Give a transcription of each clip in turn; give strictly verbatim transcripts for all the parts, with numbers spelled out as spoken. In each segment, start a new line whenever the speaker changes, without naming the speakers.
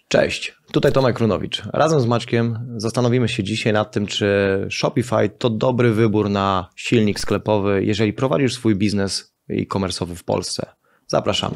Cześć, tutaj Tomek Runowicz. Razem z Maćkiem zastanowimy się dzisiaj nad tym, czy Shopify to dobry wybór na silnik sklepowy, jeżeli prowadzisz swój biznes e-commerce'owy w Polsce. Zapraszamy.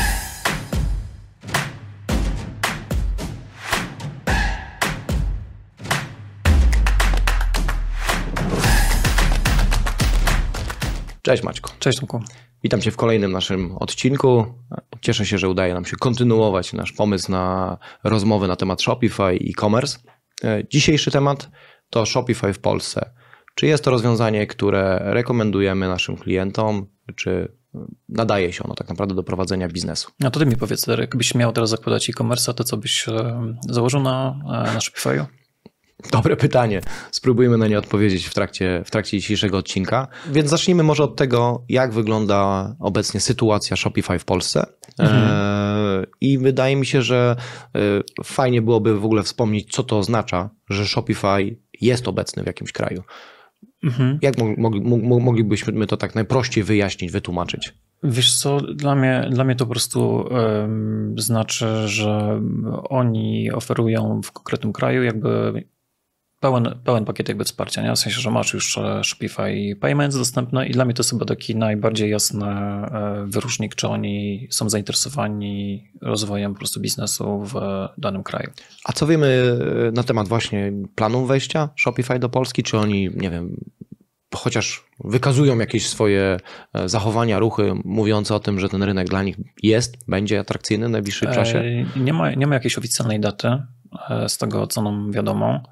Cześć Maćku.
Cześć Tomku.
Witam Cię w kolejnym naszym odcinku. Cieszę się, że udaje nam się kontynuować nasz pomysł na rozmowy na temat Shopify i e-commerce. Dzisiejszy temat to Shopify w Polsce. Czy jest to rozwiązanie, które rekomendujemy naszym klientom, czy nadaje się ono tak naprawdę do prowadzenia biznesu?
No to Ty mi powiedz, jakbyś miał teraz zakładać e-commerce, to co byś założył na, na Shopify'u?
Dobre pytanie. Spróbujmy na nie odpowiedzieć w trakcie, w trakcie dzisiejszego odcinka. Więc zacznijmy może od tego, jak wygląda obecnie sytuacja Shopify w Polsce. Mhm. E, I wydaje mi się, że fajnie byłoby w ogóle wspomnieć, co to oznacza, że Shopify jest obecny w jakimś kraju. Mhm. Jak mog, mog, moglibyśmy to tak najprościej wyjaśnić, wytłumaczyć?
Wiesz co, dla mnie, dla mnie to po prostu um, znaczy, że oni oferują w konkretnym kraju jakby Pełen, pełen pakiet jakby wsparcia, nie? W sensie, że masz już Shopify Payments dostępne i dla mnie to jest chyba taki najbardziej jasny wyróżnik, czy oni są zainteresowani rozwojem po prostu biznesu w danym kraju.
A co wiemy na temat właśnie planu wejścia Shopify do Polski? Czy oni, nie wiem, chociaż wykazują jakieś swoje zachowania, ruchy mówiące o tym, że ten rynek dla nich jest, będzie atrakcyjny w najbliższym czasie?
Nie ma, nie ma jakiejś oficjalnej daty z tego, co nam wiadomo.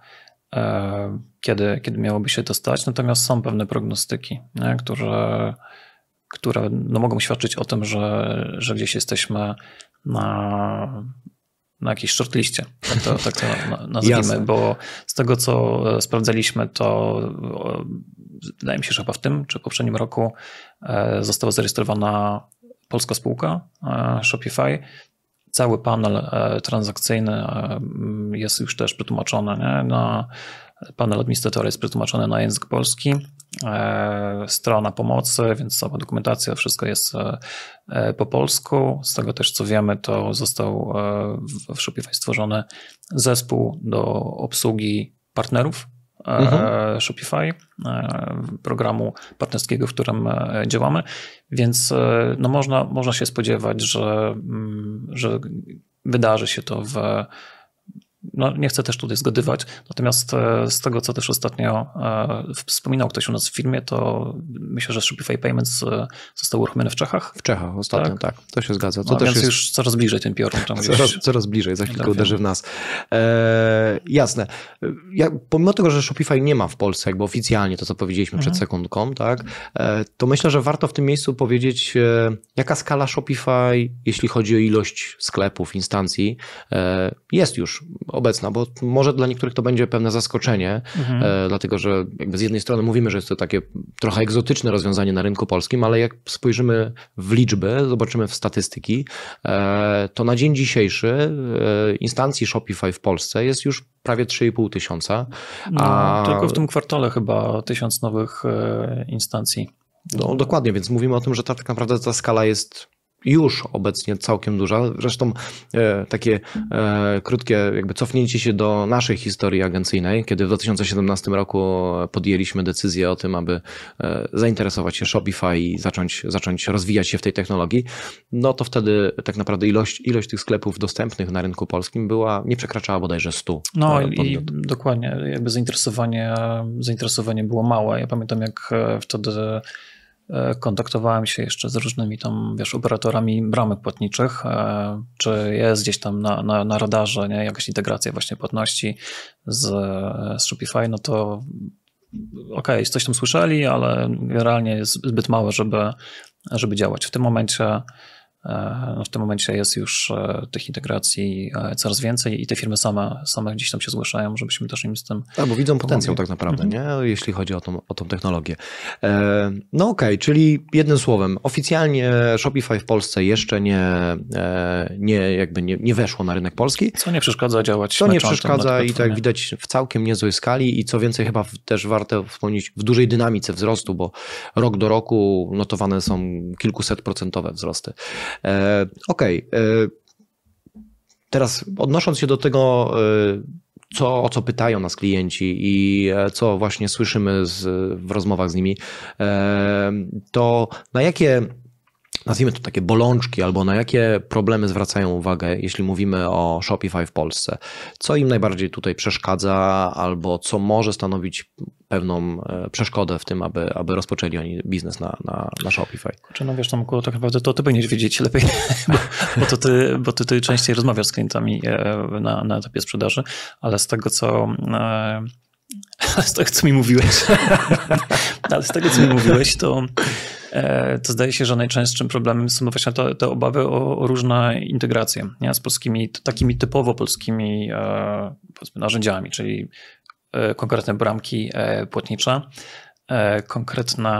Kiedy, kiedy miałoby się to stać, natomiast są pewne prognostyki, nie? które, które no mogą świadczyć o tym, że, że gdzieś jesteśmy na, na jakiejś shortliście, tak to, tak to nazwijmy, bo z tego, co sprawdzaliśmy, to wydaje mi się, że chyba w tym czy poprzednim roku została zarejestrowana polska spółka Shopify. Cały panel transakcyjny jest już też przetłumaczony, nie? Na panel administratora jest przetłumaczony na język polski, strona pomocy, więc cała dokumentacja, wszystko jest po polsku. Z tego też co wiemy, to został w Shopify stworzony zespół do obsługi partnerów mhm. Shopify, programu partnerskiego, w którym działamy, więc no można, można się spodziewać, że, że wydarzy się to w... No nie chcę też tutaj zgadywać, natomiast z tego, co też ostatnio wspominał ktoś u nas w filmie, to myślę, że Shopify Payments został uruchomiony w Czechach.
W Czechach ostatnio, tak, tak to się zgadza. To
no,
też
więc
jest...
już coraz bliżej ten piorun. Tam
coraz, coraz bliżej, za chwilkę uderzy w nas. E, jasne. Ja, pomimo tego, że Shopify nie ma w Polsce jakby oficjalnie to, co powiedzieliśmy mhm. przed sekundką, tak, e, to myślę, że warto w tym miejscu powiedzieć, e, jaka skala Shopify, jeśli chodzi o ilość sklepów, instancji, e, jest już obecna, bo może dla niektórych to będzie pewne zaskoczenie, mhm. e, dlatego że jakby z jednej strony mówimy, że jest to takie trochę egzotyczne rozwiązanie na rynku polskim, ale jak spojrzymy w liczby, zobaczymy w statystyki, e, to na dzień dzisiejszy e, instancji Shopify w Polsce jest już prawie trzy i pół tysiąca.
A... No, tylko w tym kwartale chyba tysiąc nowych e, instancji.
No dokładnie, więc mówimy o tym, że ta, tak naprawdę ta skala jest już obecnie całkiem duża. Zresztą e, takie e, krótkie jakby cofnięcie się do naszej historii agencyjnej, kiedy w dwa tysiące siedemnastym roku podjęliśmy decyzję o tym, aby e, zainteresować się Shopify i zacząć, zacząć rozwijać się w tej technologii, no to wtedy tak naprawdę ilość, ilość tych sklepów dostępnych na rynku polskim była, nie przekraczała bodajże stu.
No i dokładnie, jakby zainteresowanie, zainteresowanie było małe. Ja pamiętam, jak wtedy kontaktowałem się jeszcze z różnymi tam, wiesz, operatorami bramek płatniczych, czy jest gdzieś tam na, na, na radarze, nie, jakaś integracja właśnie płatności z, z Shopify, no to okej, okay, coś tam słyszeli, ale realnie jest zbyt małe, żeby, żeby działać. W tym momencie No w tym momencie jest już tych integracji coraz więcej i te firmy same, same gdzieś tam się zgłaszają, żebyśmy też im z tym
A, bo widzą potencjał tak naprawdę, mhm. nie? Jeśli chodzi o tą, o tą technologię. E, no okej, okay, czyli jednym słowem, oficjalnie Shopify w Polsce jeszcze nie, e, nie, jakby nie, nie weszło na rynek polski.
Co nie przeszkadza działać.
Co nie przeszkadza i tak widać w całkiem niezłej skali i co więcej chyba też warto wspomnieć w dużej dynamice wzrostu, bo rok do roku notowane są kilkuset procentowe wzrosty. E, okej, okay. teraz odnosząc się do tego, co, o co pytają nas klienci i co właśnie słyszymy z, w rozmowach z nimi, to na jakie, nazwijmy to takie bolączki, albo na jakie problemy zwracają uwagę, jeśli mówimy o Shopify w Polsce? Co im najbardziej tutaj przeszkadza, albo co może stanowić pewną przeszkodę w tym, aby, aby rozpoczęli oni biznes na, na, na Shopify?
Czy no wiesz, Tomku, tak naprawdę to ty powinieneś wiedzieć lepiej, bo, bo to ty, bo ty, ty częściej rozmawiasz z klientami na, na etapie sprzedaży, ale z tego, co... z tego, co mi mówiłeś, ale z tego, co mi mówiłeś, to, to zdaje się, że najczęstszym problemem są właśnie te, te obawy o, o różne integracje, nie? Z polskimi, takimi typowo polskimi powiedzmy, narzędziami, czyli konkretne bramki płatnicze, konkretne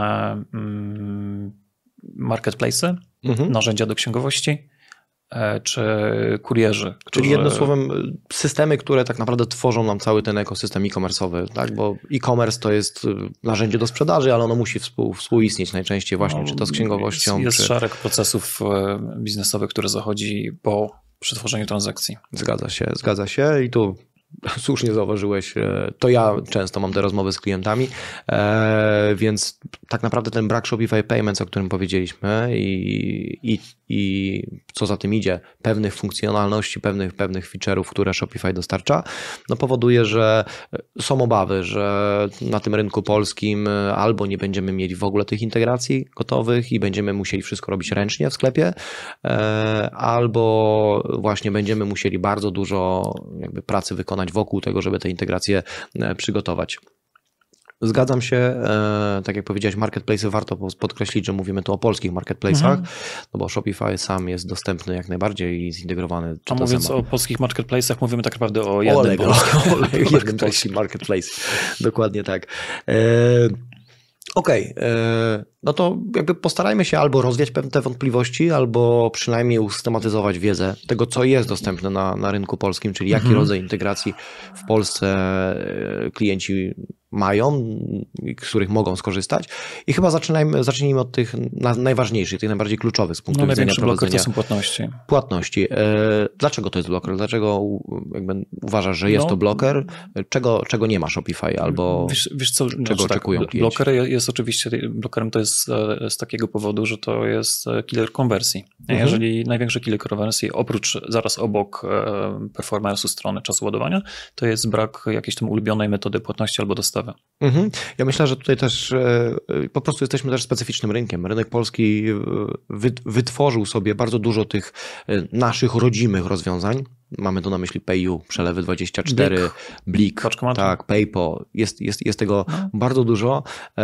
marketplace'y, mhm. narzędzia do księgowości, czy kurierzy. Którzy...
Czyli jednym słowem systemy, które tak naprawdę tworzą nam cały ten ekosystem e-commerce'owy, tak? Bo e-commerce to jest narzędzie do sprzedaży, ale ono musi współ, współistnieć najczęściej właśnie, no, czy to z księgowością.
Jest, jest
czy...
szereg procesów biznesowych, które zachodzi po przetworzeniu transakcji.
Zgadza się, zgadza się i tu słusznie zauważyłeś, to ja często mam te rozmowy z klientami, więc tak naprawdę ten brak Shopify Payments, o którym powiedzieliśmy i, i, i co za tym idzie, pewnych funkcjonalności, pewnych, pewnych feature'ów, które Shopify dostarcza, no powoduje, że są obawy, że na tym rynku polskim albo nie będziemy mieli w ogóle tych integracji gotowych i będziemy musieli wszystko robić ręcznie w sklepie, albo właśnie będziemy musieli bardzo dużo jakby pracy wykonać wokół tego, żeby te integracje przygotować. Zgadzam się, tak jak powiedziałeś, marketplace'y warto podkreślić, że mówimy tu o polskich marketplace'ach, mhm. no bo Shopify sam jest dostępny jak najbardziej i zintegrowany.
A mówiąc sama... o polskich marketplace'ach, mówimy tak naprawdę o jednym
o polskim, o jednym polskim marketplace. Dokładnie tak. Okej, okay. No to jakby postarajmy się albo rozwiać pewne te wątpliwości, albo przynajmniej usystematyzować wiedzę tego, co jest dostępne na, na rynku polskim, czyli jaki mhm. rodzaj integracji w Polsce klienci mają, z których mogą skorzystać. I chyba zaczynajmy, zacznijmy od tych na, najważniejszych, tych najbardziej kluczowych z punktu
no,
widzenia
prowadzenia. Największy bloker to są płatności.
Płatności. Dlaczego to jest bloker? Dlaczego jakby uważasz, że jest no, to bloker? Czego, czego nie ma Shopify albo wiesz, wiesz co, czego znaczy oczekują tak, klienci?
Bloker jest oczywiście, blokerem to jest z takiego powodu, że to jest killer konwersji. Mhm. Jeżeli największy killer konwersji oprócz zaraz obok performance'u strony czasu ładowania, to jest brak jakiejś tam ulubionej metody płatności albo dostawy.
Mhm. Ja myślę, że tutaj też po prostu jesteśmy też specyficznym rynkiem. Rynek polski wytworzył sobie bardzo dużo tych naszych rodzimych rozwiązań. Mamy tu na myśli PayU, przelewy dwadzieścia cztery, Blik, Blik tak, PayPal. Jest, jest, jest tego no. bardzo dużo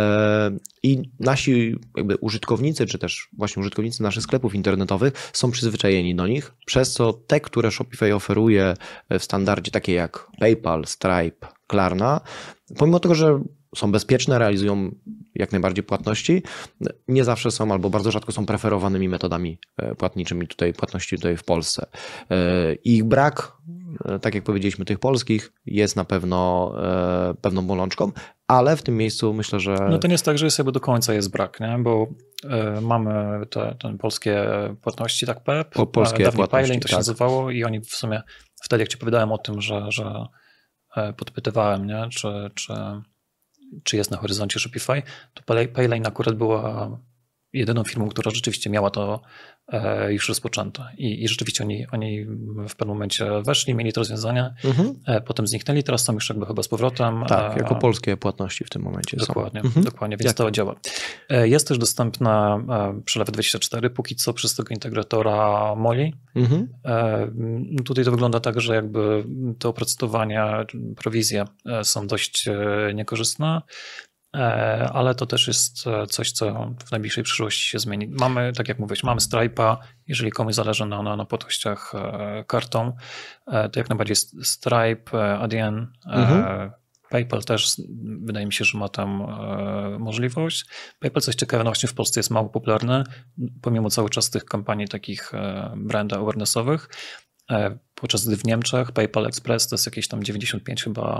i nasi jakby użytkownicy, czy też właśnie użytkownicy naszych sklepów internetowych są przyzwyczajeni do nich, przez co te, które Shopify oferuje w standardzie, takie jak PayPal, Stripe, Klarna, pomimo tego, że są bezpieczne, realizują jak najbardziej płatności, nie zawsze są albo bardzo rzadko są preferowanymi metodami płatniczymi tutaj, płatności tutaj w Polsce. Ich brak, tak jak powiedzieliśmy, tych polskich jest na pewno pewną bolączką, ale w tym miejscu myślę, że...
No to nie jest tak, że jest jakby do końca jest brak, nie? Bo mamy te, te polskie płatności, tak P E P,
po, polskie
dawniej Paylane to się
tak.
nazywało i oni w sumie wtedy, jak ci powiedziałem o tym, że, że podpytywałem, nie? Czy, czy, czy jest na horyzoncie Shopify, to Paylane akurat była jedyną firmą, która rzeczywiście miała to już rozpoczęte. I, i rzeczywiście oni, oni w pewnym momencie weszli, mieli to rozwiązanie, mhm. potem zniknęli, teraz są już jakby chyba z powrotem.
Tak, jako polskie płatności w tym momencie
dokładnie,
są. Mhm.
Dokładnie, więc Jak? to działa. Jest też dostępna przelewy dwadzieścia cztery, póki co przez tego integratora Moli. Mhm. Tutaj to wygląda tak, że jakby te oprocentowania, prowizje są dość niekorzystne, ale to też jest coś, co w najbliższej przyszłości się zmieni. Mamy, tak jak mówiłeś, mamy Stripe'a, jeżeli komuś zależy na, na, na płatnościach kartą, to jak najbardziej Stripe, Adyen, mhm. PayPal też wydaje mi się, że ma tam możliwość. PayPal, coś ciekawe, no właśnie w Polsce jest mało popularny, pomimo cały czas tych kampanii takich brand awarenessowych, podczas gdy w Niemczech PayPal Express to jest jakieś tam dziewięćdziesiąt pięć chyba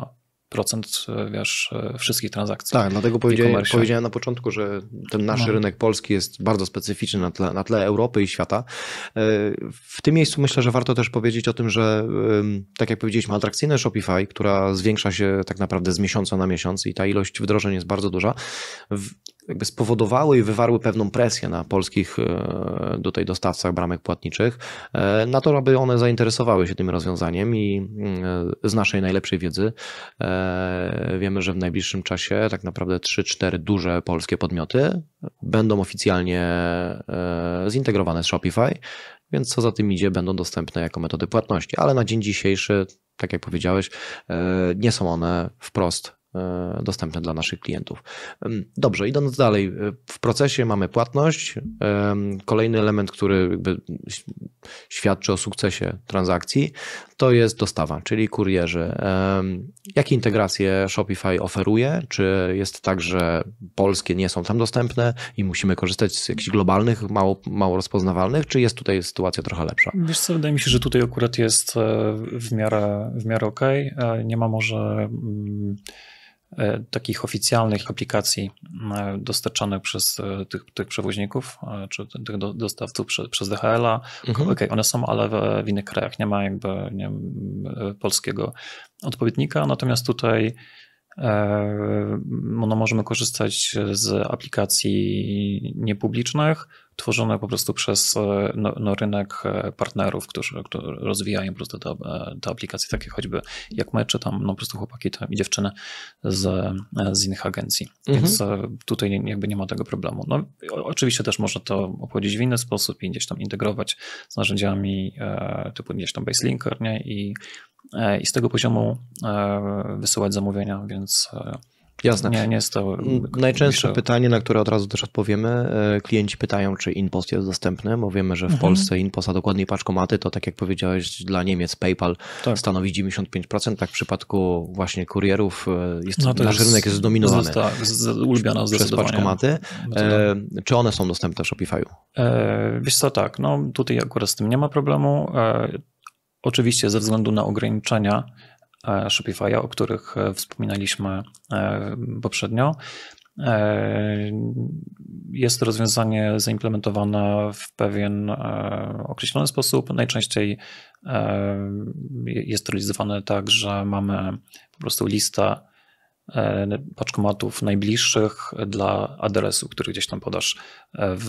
procent, wiesz, wszystkich transakcji.
Tak, dlatego powiedziałem, powiedziałem na początku, że ten nasz no. rynek polski jest bardzo specyficzny na tle, na tle Europy i świata. W tym miejscu myślę, że warto też powiedzieć o tym, że tak jak powiedzieliśmy, atrakcyjne Shopify, która zwiększa się tak naprawdę z miesiąca na miesiąc i ta ilość wdrożeń jest bardzo duża, jakby spowodowały i wywarły pewną presję na polskich tutaj dostawcach bramek płatniczych na to, aby one zainteresowały się tym rozwiązaniem i z naszej najlepszej wiedzy wiemy, że w najbliższym czasie tak naprawdę trzy cztery duże polskie podmioty będą oficjalnie zintegrowane z Shopify, więc co za tym idzie, będą dostępne jako metody płatności, ale na dzień dzisiejszy, tak jak powiedziałeś, nie są one wprost dostępne dla naszych klientów. Dobrze, idąc dalej, w procesie mamy płatność. Kolejny element, który jakby świadczy o sukcesie transakcji, to jest dostawa, czyli kurierzy. Jakie integracje Shopify oferuje? Czy jest tak, że polskie nie są tam dostępne i musimy korzystać z jakichś globalnych, mało, mało rozpoznawalnych, czy jest tutaj sytuacja trochę lepsza?
Wiesz co, wydaje mi się, że tutaj akurat jest w miarę, w miarę okej. Nie ma może takich oficjalnych aplikacji dostarczanych przez tych, tych przewoźników, czy tych dostawców przez, przez D H L-a. Mhm. Okej, one są, ale w, w innych krajach. Nie ma jakby nie wiem, polskiego odpowiednika, natomiast tutaj no, możemy korzystać z aplikacji niepublicznych, tworzone po prostu przez no, no, rynek partnerów, którzy, którzy rozwijają po prostu te, te aplikacje, takie choćby jak my, czy tam no, po prostu chłopaki tam, i dziewczyny z, z innych agencji. Mhm. Więc tutaj jakby nie ma tego problemu. No, oczywiście też można to obchodzić w inny sposób i gdzieś tam integrować z narzędziami typu gdzieś tam Baselinker, nie? I i z tego poziomu wysyłać zamówienia, więc
Jasne.
Nie, nie jest to...
Najczęstsze pytanie, na które od razu też odpowiemy, klienci pytają, czy InPost jest dostępny, bo wiemy, że w mhm. Polsce InPost, a dokładniej paczkomaty, to tak jak powiedziałeś, dla Niemiec PayPal tak. stanowi dziewięćdziesiąt pięć procent, tak w przypadku właśnie kurierów jest, no nasz jest, rynek jest zdominowany
z, tak, z, ulubiona
przez paczkomaty. E, czy one są dostępne w Shopify'u?
E, wiesz co, tak, no tutaj akurat z tym nie ma problemu. E, oczywiście ze względu na ograniczenia Shopify'a, o których wspominaliśmy poprzednio, jest to rozwiązanie zaimplementowane w pewien określony sposób. Najczęściej jest to realizowane tak, że mamy po prostu listę paczkomatów najbliższych dla adresu, który gdzieś tam podasz w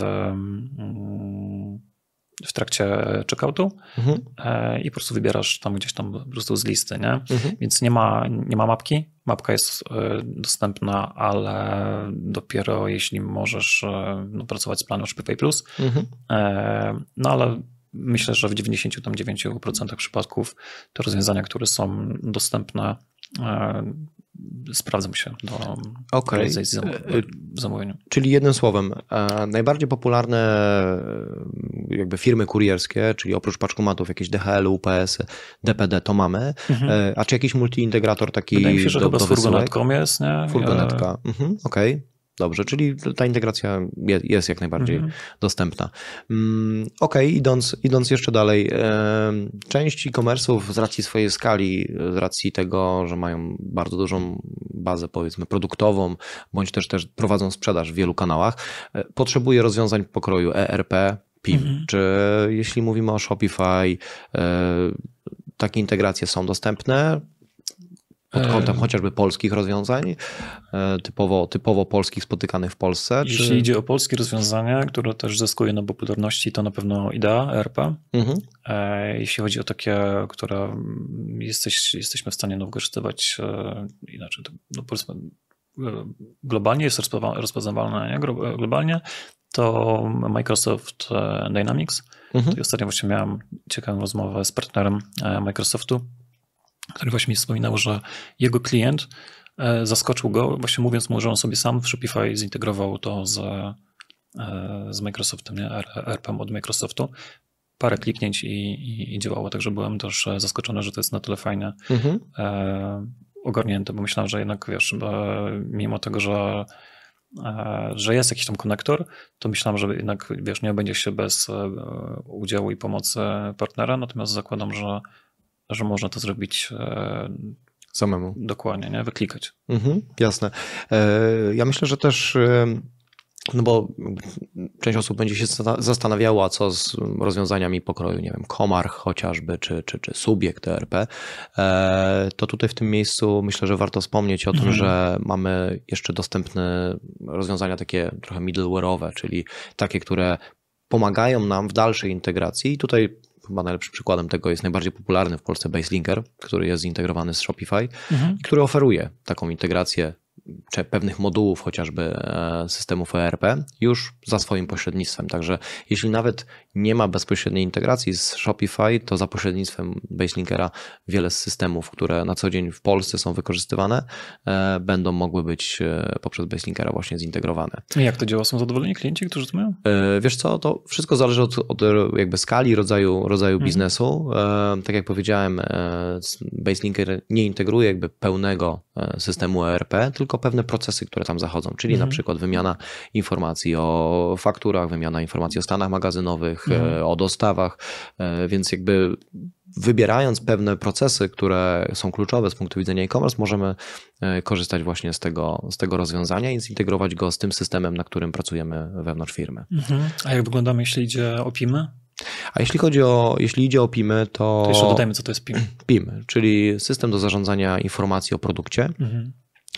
w trakcie checkoutu mhm. i po prostu wybierasz tam gdzieś tam po prostu z listy, nie? Mhm. Więc nie ma, nie ma mapki. Mapka jest dostępna, ale dopiero jeśli możesz no, pracować z planem Shopify Plus. Mhm. No ale myślę, że w dziewięćdziesiąt dziewięć procent przypadków te rozwiązania, które są dostępne, sprawdzą się do
okay.
realizacji w zamówieniu.
Czyli jednym słowem, najbardziej popularne jakby firmy kurierskie, czyli oprócz paczkomatów jakieś D H L, U P S, D P D, to mamy. Mhm. A czy jakiś multiintegrator taki
Wydaje mi się, że
do,
chyba
do
z furgonetką jest, nie?
Furgonetka, mhm. okej. Okay. Dobrze, czyli ta integracja jest jak najbardziej mm-hmm. dostępna. Mm, Okej, okay, idąc, idąc jeszcze dalej, część e-commerce'ów z racji swojej skali, z racji tego, że mają bardzo dużą bazę powiedzmy produktową, bądź też, też prowadzą sprzedaż w wielu kanałach, potrzebuje rozwiązań pokroju E R P, P I M. Mm-hmm. Czy jeśli mówimy o Shopify, takie integracje są dostępne? Pod kątem chociażby polskich rozwiązań, typowo, typowo polskich spotykanych w Polsce?
Jeśli
czy...
idzie o polskie rozwiązania, które też zyskuje na popularności, to na pewno IDEA, E R P. Mhm. Jeśli chodzi o takie, które jesteś, jesteśmy w stanie no, wykorzystywać inaczej, to, no, powiedzmy globalnie, jest rozpoznawalne nie? globalnie, to Microsoft Dynamics. Mhm. Ostatnio właśnie miałem ciekawą rozmowę z partnerem Microsoftu, który właśnie mi wspominał, że jego klient zaskoczył go, właśnie mówiąc mu, że on sobie sam w Shopify zintegrował to z, z Microsoftem, nie? E R P od Microsoftu. Parę kliknięć i, i, i działało, także byłem też zaskoczony, że to jest na tyle fajnie mhm. e, ogarnięte, bo myślałem, że jednak, wiesz, mimo tego, że że jest jakiś tam konektor, to myślałem, że jednak, wiesz, nie będzie się bez udziału i pomocy partnera, natomiast zakładam, że że można to zrobić
samemu.
Dokładnie, nie? Wyklikać.
Mhm, jasne. Ja myślę, że też, no bo część osób będzie się zastanawiała, co z rozwiązaniami pokroju, nie wiem, Komarch chociażby, czy, czy, czy Subjekt E R P, to tutaj w tym miejscu myślę, że warto wspomnieć o tym, mhm. że mamy jeszcze dostępne rozwiązania takie trochę middleware'owe, czyli takie, które pomagają nam w dalszej integracji i tutaj chyba najlepszym przykładem tego jest najbardziej popularny w Polsce Baselinker, który jest zintegrowany z Shopify mhm. i który oferuje taką integrację czy pewnych modułów chociażby systemów E R P już za swoim pośrednictwem. Także jeśli nawet nie ma bezpośredniej integracji z Shopify, to za pośrednictwem Baselinkera wiele z systemów, które na co dzień w Polsce są wykorzystywane, będą mogły być poprzez Baselinkera właśnie zintegrowane.
I jak to działa? Są zadowoleni klienci, którzy to mają?
Wiesz co, to wszystko zależy od, od jakby skali, rodzaju, rodzaju mhm. biznesu. Tak jak powiedziałem, Baselinker nie integruje jakby pełnego systemu E R P, tylko pewne procesy, które tam zachodzą, czyli mhm. na przykład wymiana informacji o fakturach, wymiana informacji o stanach magazynowych, mhm. o dostawach, więc jakby wybierając pewne procesy, które są kluczowe z punktu widzenia e-commerce, możemy korzystać właśnie z tego, z tego rozwiązania i zintegrować go z tym systemem, na którym pracujemy wewnątrz firmy.
Mhm. A jak wyglądamy, jeśli idzie o P I M-y?
A jeśli chodzi o, jeśli idzie o P I M-y, to...
To jeszcze dodajmy, co to jest P I M.
P I M, czyli system do zarządzania informacji o produkcie. Mhm.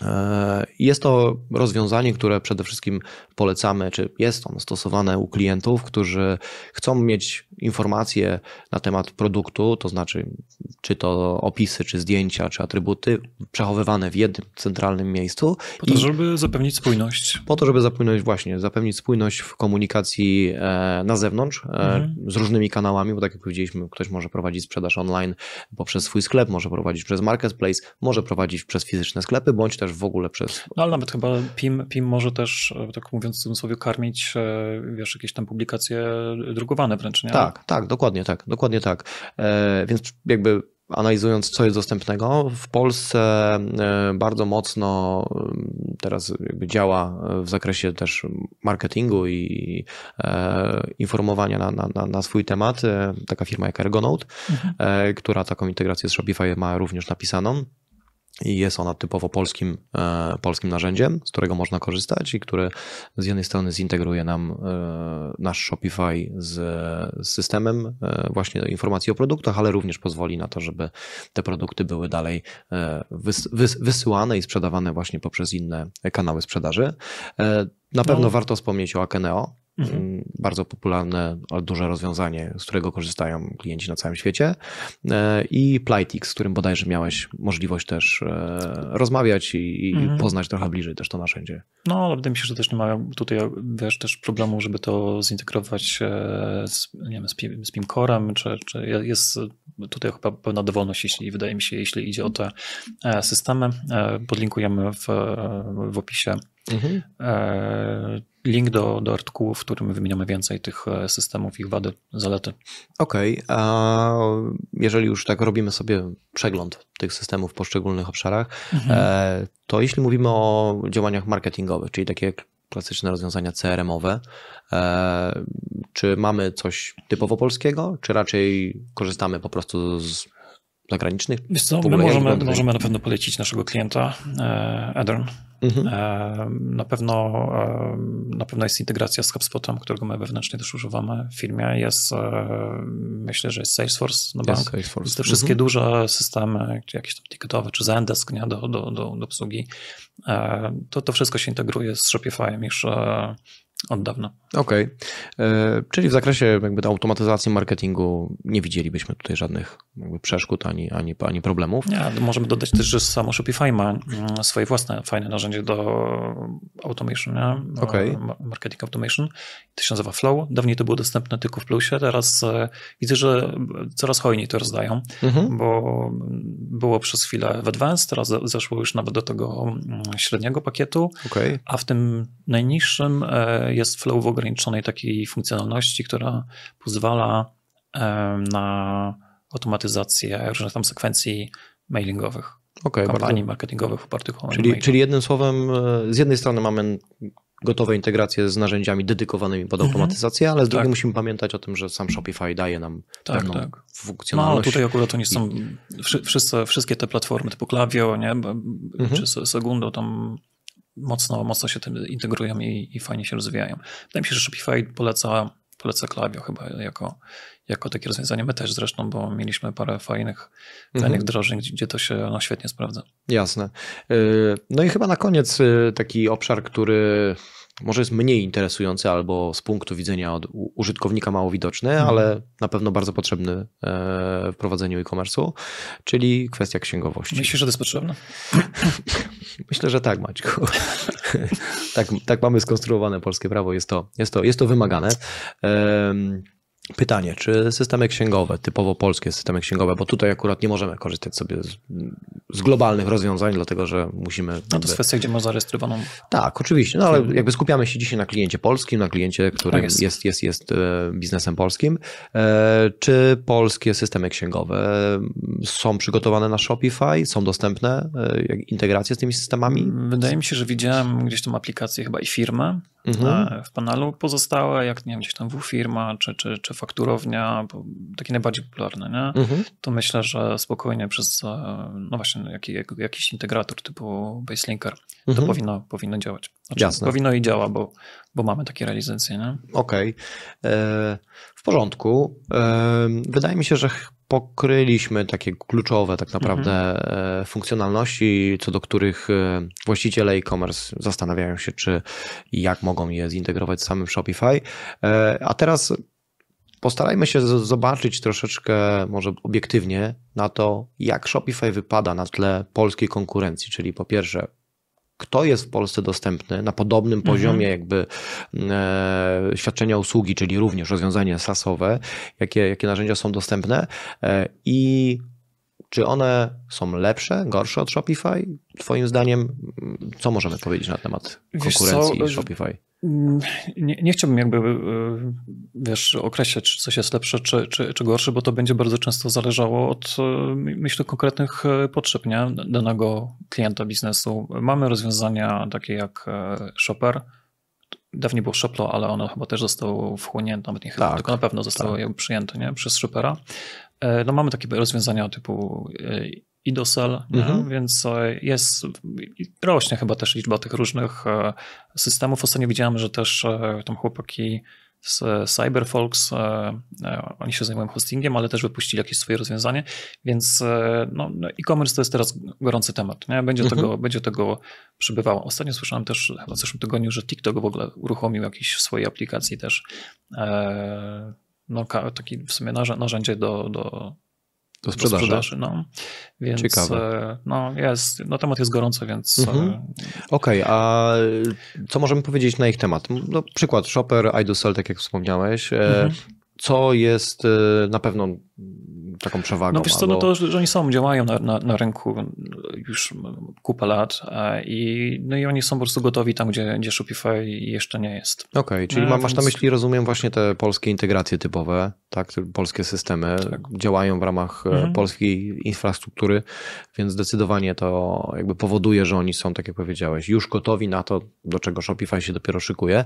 Jest to rozwiązanie, które przede wszystkim polecamy, czy jest ono stosowane u klientów, którzy chcą mieć informacje na temat produktu, to znaczy czy to opisy, czy zdjęcia, czy atrybuty przechowywane w jednym centralnym miejscu.
Po to, żeby zapewnić spójność.
Po to, żeby zapewnić właśnie, zapewnić spójność w komunikacji na zewnątrz mhm. z różnymi kanałami, bo tak jak powiedzieliśmy, ktoś może prowadzić sprzedaż online poprzez swój sklep, może prowadzić przez marketplace, może prowadzić przez fizyczne sklepy, bądź też w ogóle przez...
No ale nawet chyba P I M, P I M może też, tak mówiąc w cudzysłowie, karmić, wiesz, jakieś tam publikacje drukowane wręcz, nie?
Tak, tak, dokładnie tak, dokładnie tak. E, więc jakby analizując, co jest dostępnego, w Polsce bardzo mocno teraz jakby działa w zakresie też marketingu i e, informowania na, na, na swój temat taka firma jak Ergonote, mhm. e, która taką integrację z Shopify ma również napisaną. I jest ona typowo polskim, e, polskim narzędziem, z którego można korzystać i który z jednej strony zintegruje nam e, nasz Shopify z, z systemem e, właśnie informacji o produktach, ale również pozwoli na to, żeby te produkty były dalej e, wys, wys, wysyłane i sprzedawane właśnie poprzez inne kanały sprzedaży. E, na pewno no. warto wspomnieć o Akeneo. Mhm. Bardzo popularne, ale duże rozwiązanie, z którego korzystają klienci na całym świecie, i Plytix, z którym bodajże miałeś możliwość też rozmawiać i, mhm. i poznać trochę bliżej też to narzędzie.
No, ale wydaje mi się, że też nie ma tutaj, wiesz, też problemu, żeby to zintegrować z, nie wiem, z P I M Corem, czy, czy jest tutaj chyba pełna dowolność, jeśli wydaje mi się, jeśli idzie o te systemy. Podlinkujemy w, w opisie mhm. link do, do artykułu, w którym wymieniamy więcej tych systemów, ich wady, zalety.
Okej, okay. A jeżeli już tak robimy sobie przegląd tych systemów w poszczególnych obszarach, mhm. to jeśli mówimy o działaniach marketingowych, czyli takie klasyczne rozwiązania C R M-owe, czy mamy coś typowo polskiego, czy raczej korzystamy po prostu z zagranicznych?
Wiesz co, my możemy, możemy na pewno polecić naszego klienta Edarn. Mhm. Na pewno, na pewno jest integracja z HubSpotem, którego my wewnętrznie też używamy w firmie. Jest, myślę, że jest Salesforce na bank. Salesforce. Te wszystkie mhm. duże systemy, jakieś tam ticketowe, czy Zendesk, nie, do, do, do, do obsługi, to, to wszystko się integruje z Shopify'em już od dawna.
Okej, okay. Czyli w zakresie jakby automatyzacji marketingu nie widzielibyśmy tutaj żadnych jakby przeszkód ani, ani, ani problemów.
Nie, możemy dodać też, że samo Shopify ma swoje własne fajne narzędzie do automation, nie?
Okay.
Marketing automation. To się nazywa Flow. Dawniej to było dostępne tylko w Plusie, teraz widzę, że coraz hojniej to rozdają, mhm. bo było przez chwilę w Advanced, teraz zeszło już nawet do tego średniego pakietu, okay. a w tym najniższym jest Flow w ograniczonej takiej funkcjonalności, która pozwala na automatyzację różnych tam sekwencji mailingowych.
okay,
kampanii
bardzo.
marketingowych opartych o
czyli, czyli jednym słowem, z jednej strony mamy gotowe integracje z narzędziami dedykowanymi pod automatyzację, mm-hmm. ale z drugiej tak. musimy pamiętać o tym, że sam Shopify daje nam tak, pewną tak. funkcjonalność.
No tutaj akurat oni są, wszyscy, wszystkie te platformy typu Klaviyo, nie, mm-hmm. czy Segundo tam mocno, mocno się tym integrują i, i fajnie się rozwijają. Wydaje mi się, że Shopify poleca, poleca Klaviyo chyba jako, jako takie rozwiązanie. My też zresztą, bo mieliśmy parę fajnych, fajnych mhm. wdrożeń, gdzie to się no, świetnie sprawdza.
Jasne. No i chyba na koniec taki obszar, który może jest mniej interesujący albo z punktu widzenia od użytkownika mało widoczny, mhm. ale na pewno bardzo potrzebny w prowadzeniu e-commerce'u, czyli kwestia księgowości.
Myślisz, że to jest potrzebne?
Myślę, że tak, Maćku. tak, tak mamy skonstruowane polskie prawo, jest to, jest to, jest to wymagane. Um, Pytanie, czy systemy księgowe, typowo polskie systemy księgowe, bo tutaj akurat nie możemy korzystać sobie z, z globalnych rozwiązań, dlatego że musimy...
No to jakby... jest kwestia, gdzie ma zarejestrowaną...
Tak, oczywiście, no ale jakby skupiamy się dzisiaj na kliencie polskim, na kliencie, który tak jest. Jest, jest, jest biznesem polskim. Czy polskie systemy księgowe są przygotowane na Shopify, są dostępne, integracje z tymi systemami?
Wydaje mi się, że widziałem gdzieś tam aplikację chyba i firmy mhm. w panelu, pozostałe, jak nie wiem, gdzieś tam W-firma, czy, czy, czy fakturownia, takie najbardziej popularne, nie? Mhm. To myślę, że spokojnie przez no właśnie jaki, jakiś integrator typu Baselinker mhm. to powinno, powinno działać. Znaczy, Jasne. Powinno i działa, bo, bo mamy takie realizacje, nie?
Okej. Okay. W porządku. Wydaje mi się, że pokryliśmy takie kluczowe tak naprawdę mhm. funkcjonalności, co do których właściciele e-commerce zastanawiają się, czy i jak mogą je zintegrować z samym Shopify. A teraz postarajmy się zobaczyć troszeczkę może obiektywnie na to, jak Shopify wypada na tle polskiej konkurencji, czyli po pierwsze, kto jest w Polsce dostępny na podobnym mhm. poziomie jakby e, świadczenia usługi, czyli również rozwiązania sasowe, jakie, jakie narzędzia są dostępne e, i czy one są lepsze, gorsze od Shopify? Twoim zdaniem, co możemy powiedzieć na temat konkurencji Shopify?
Nie, nie chciałbym jakby, wiesz, określać, czy coś jest lepsze, czy, czy, czy gorsze, bo to będzie bardzo często zależało od, myślę, konkretnych potrzeb, nie? Danego klienta biznesu. Mamy rozwiązania takie jak Shopper. Dawniej było Shoplo, ale ono chyba też zostało wchłonięte, nawet nie chyba, tak, tylko na pewno zostało tak. przyjęte, nie? Przez Shoppera. No mamy takie rozwiązania typu iDosel, mhm. więc jest, rośnie chyba też liczba tych różnych systemów. Ostatnio widziałem, że też tam chłopaki z Cyberfolks, oni się zajmują hostingiem, ale też wypuścili jakieś swoje rozwiązanie, więc no, e-commerce to jest teraz gorący temat, nie? Będzie, mhm. tego, będzie tego przybywało. Ostatnio słyszałem też chyba w zeszłym tygodniu, że TikTok w ogóle uruchomił jakieś w swojej aplikacji też no, taki w sumie narzędzie do, do
Do sprzedaży. Do sprzedaży
no. Więc
Ciekawe.
No, jest, no temat jest gorący, więc...
Mhm. Okej, okay, a co możemy powiedzieć na ich temat? No, przykład Shopper, iDosel, tak jak wspomniałeś. Mhm. Co jest na pewno taką przewagą?
No wiesz co,
albo...
no to, że oni są, działają na, na, na rynku już kupę lat i, no i oni są po prostu gotowi tam, gdzie, gdzie Shopify jeszcze nie jest.
Okej, okay, czyli no, masz więc... na myśli, rozumiem, właśnie te polskie integracje typowe, tak, polskie systemy tak. działają w ramach mhm. polskiej infrastruktury, więc zdecydowanie to jakby powoduje, że oni są, tak jak powiedziałeś, już gotowi na to, do czego Shopify się dopiero szykuje.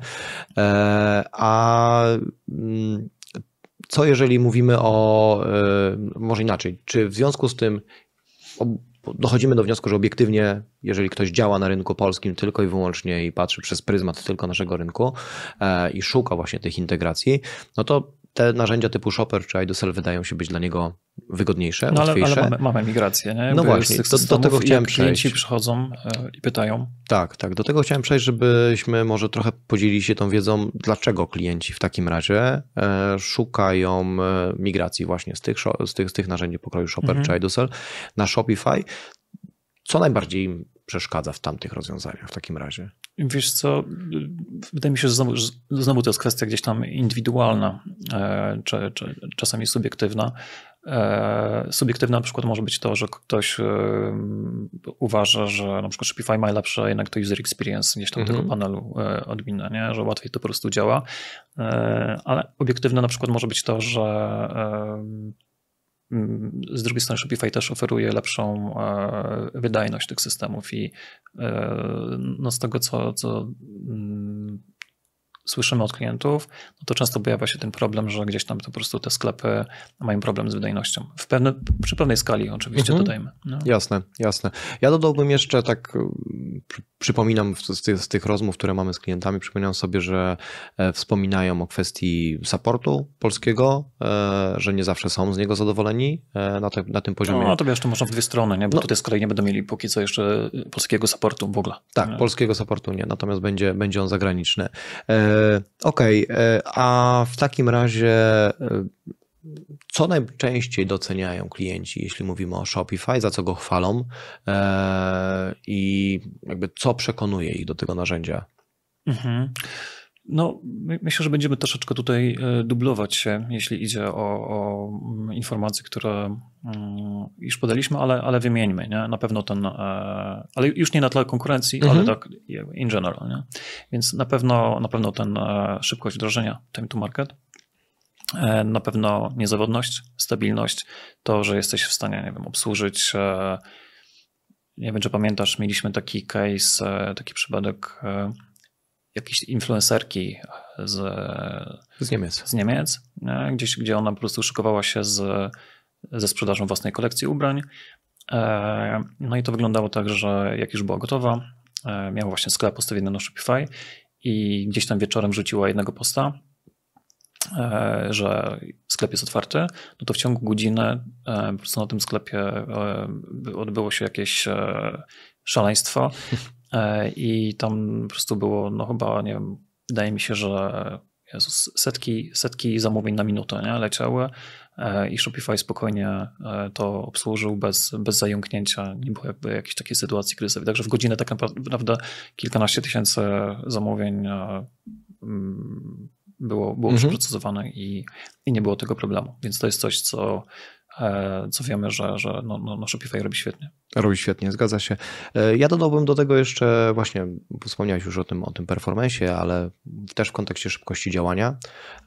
A co jeżeli mówimy o, może inaczej, czy w związku z tym dochodzimy do wniosku, że obiektywnie, jeżeli ktoś działa na rynku polskim tylko i wyłącznie i patrzy przez pryzmat tylko naszego rynku i szuka właśnie tych integracji, no to te narzędzia typu Shopper czy iDosel wydają się być dla niego wygodniejsze,
no,
łatwiejsze.
Ale, ale mamy, mamy migrację, nie?
No By właśnie, do, do tego chciałem przejść.
Klienci przychodzą i pytają.
Tak, tak, do tego chciałem przejść, żebyśmy może trochę podzielili się tą wiedzą, dlaczego klienci w takim razie szukają migracji właśnie z tych, z tych, z tych narzędzi pokroju Shopper mhm. czy iDosel na Shopify. Co najbardziej im przeszkadza w tamtych rozwiązaniach w takim razie?
Wiesz co, wydaje mi się, że znowu, że znowu to jest kwestia gdzieś tam indywidualna, czy, czy czasami subiektywna. Subiektywna na przykład może być to, że ktoś uważa, że na przykład Shopify ma lepsze jednak to user experience gdzieś tam mm-hmm. tego panelu admina, nie? Że łatwiej to po prostu działa, ale obiektywne na przykład może być to, że z drugiej strony Shopify też oferuje lepszą wydajność tych systemów i no z tego, co, co słyszymy od klientów, no to często pojawia się ten problem, że gdzieś tam to po prostu te sklepy mają problem z wydajnością. W pewne, przy pewnej skali oczywiście mhm. dodajmy. No.
Jasne, jasne. Ja dodałbym jeszcze tak, przy, przypominam z tych, z tych rozmów, które mamy z klientami, przypominam sobie, że e, wspominają o kwestii supportu polskiego, e, że nie zawsze są z niego zadowoleni e, na, te, na tym poziomie.
No to wiesz, to można w dwie strony, nie? Bo no. tutaj z kolei nie będą mieli póki co jeszcze polskiego supportu w ogóle.
Tak, nie? Polskiego supportu nie, natomiast będzie, będzie on zagraniczny. E, Okej, okay. A w takim razie co najczęściej doceniają klienci, jeśli mówimy o Shopify, za co go chwalą i jakby co przekonuje ich do tego narzędzia?
Mhm. No, myślę, że będziemy troszeczkę tutaj dublować się, jeśli idzie o, o informacje, które już podaliśmy, ale, ale wymieńmy, nie? Na pewno ten, ale już nie na tle konkurencji, mhm. ale tak in general, nie? Więc na pewno, na pewno ten szybkość wdrożenia time to market, na pewno niezawodność, stabilność, to, że jesteś w stanie, nie wiem, obsłużyć, nie wiem, czy pamiętasz, mieliśmy taki case, taki przypadek jakiejś influencerki z,
z Niemiec,
z Niemiec nie? Gdzieś, gdzie ona po prostu szykowała się z, ze sprzedażą własnej kolekcji ubrań. No i to wyglądało tak, że jak już była gotowa, miała właśnie sklep postawiony na Shopify i gdzieś tam wieczorem rzuciła jednego posta, że sklep jest otwarty, no to w ciągu godziny po prostu na tym sklepie odbyło się jakieś szaleństwo. I tam po prostu było, no chyba, nie wiem, wydaje mi się, że Jezus, setki, setki zamówień na minutę nie, leciały i Shopify spokojnie to obsłużył bez, bez zająknięcia, nie było jakby jakiejś takiej sytuacji kryzysowej. Także w godzinę tak naprawdę kilkanaście tysięcy zamówień było, było mhm. przeprocesowane i, i nie było tego problemu. Więc to jest coś, co co wiemy, że, że no, no, no Shopify robi świetnie.
Robi świetnie, zgadza się. Ja dodałbym do tego jeszcze właśnie, wspomniałeś już o tym, o tym performance'ie, ale też w kontekście szybkości działania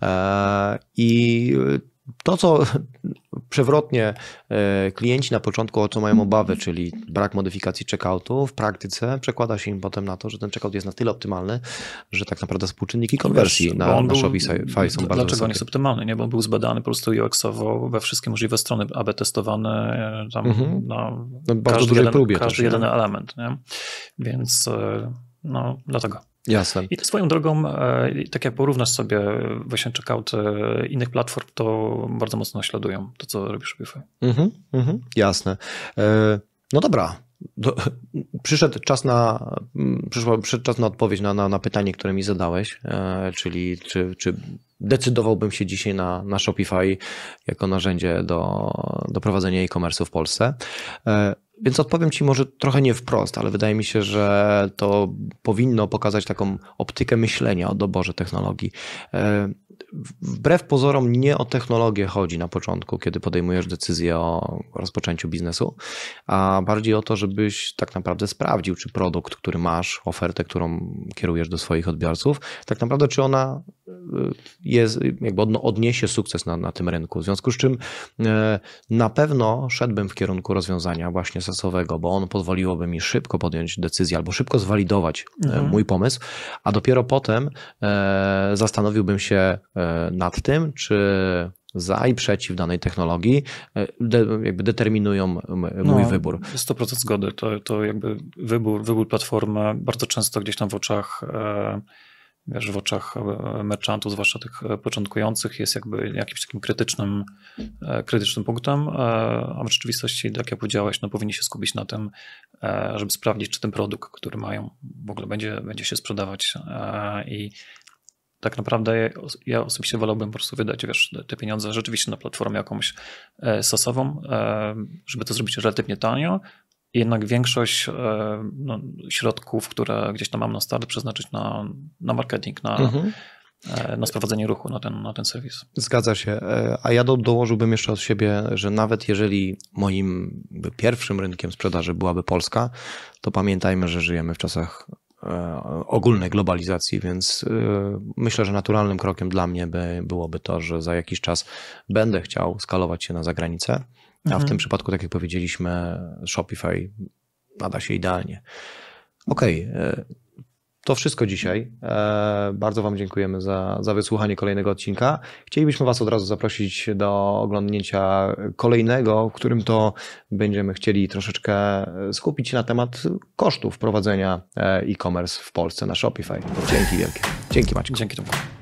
i to, co przewrotnie klienci na początku o co mają obawy, czyli brak modyfikacji checkoutu, w praktyce przekłada się im potem na to, że ten checkout jest na tyle optymalny, że tak naprawdę współczynniki konwersji Wiesz, na, na Shopify są bardzo
Dlaczego
wysokie.
on jest optymalny? Nie? Bo on był zbadany po prostu U X-owo we wszystkie możliwe strony, A B testowany tam mm-hmm. na
no, bardzo
każdy,
dużej
jeden,
próbie
każdy
też,
jeden nie? element. Nie? Więc no dlatego.
Jasne.
I swoją drogą, tak jak porównasz sobie właśnie checkouty innych platform, to bardzo mocno naśladują to, co robi Shopify.
Mhm, mhm, jasne. No dobra. Do, przyszedł czas na przyszło, przyszedł czas na odpowiedź na, na, na pytanie, które mi zadałeś, czyli czy, czy decydowałbym się dzisiaj na, na Shopify jako narzędzie do, do prowadzenia e-commerce'u w Polsce. Więc odpowiem Ci może trochę nie wprost, ale wydaje mi się, że to powinno pokazać taką optykę myślenia o doborze technologii. Wbrew pozorom nie o technologię chodzi na początku, kiedy podejmujesz decyzję o rozpoczęciu biznesu, a bardziej o to, żebyś tak naprawdę sprawdził, czy produkt, który masz, ofertę, którą kierujesz do swoich odbiorców, tak naprawdę czy ona jest, jakby odniesie sukces na, na tym rynku. W związku z czym na pewno szedłbym w kierunku rozwiązania właśnie sasowego, bo on pozwoliłoby mi szybko podjąć decyzję albo szybko zwalidować mhm. mój pomysł, a dopiero potem zastanowiłbym się nad tym, czy za i przeciw danej technologii de, jakby determinują mój
no,
wybór.
sto procent zgody. To, to jakby wybór, wybór platformy bardzo często gdzieś tam w oczach wiesz, w oczach merchantów, zwłaszcza tych początkujących, jest jakby jakimś takim krytycznym, krytycznym punktem, a w rzeczywistości, tak jak powiedziałeś, no powinni się skupić na tym, żeby sprawdzić, czy ten produkt, który mają, w ogóle będzie, będzie się sprzedawać i tak naprawdę ja osobiście wolałbym po prostu wydać wiesz, te pieniądze rzeczywiście na platformę jakąś sasową, żeby to zrobić relatywnie tanio. Jednak większość no, środków, które gdzieś tam mam na start, przeznaczyć na, na marketing, na, mhm. na sprowadzenie ruchu na ten, na ten serwis.
Zgadza się. A ja do, dołożyłbym jeszcze od siebie, że nawet jeżeli moim pierwszym rynkiem sprzedaży byłaby Polska, to pamiętajmy, że żyjemy w czasach ogólnej globalizacji, więc myślę, że naturalnym krokiem dla mnie by, byłoby to, że za jakiś czas będę chciał skalować się na zagranicę. A mhm. w tym przypadku, tak jak powiedzieliśmy, Shopify nada się idealnie. Okej, okay. To wszystko dzisiaj. Bardzo Wam dziękujemy za, za wysłuchanie kolejnego odcinka. Chcielibyśmy Was od razu zaprosić do oglądnięcia kolejnego, w którym to będziemy chcieli troszeczkę skupić się na temat kosztów prowadzenia e-commerce w Polsce na Shopify. Dzięki wielkie. Dzięki Maciek.
Dzięki Tomku.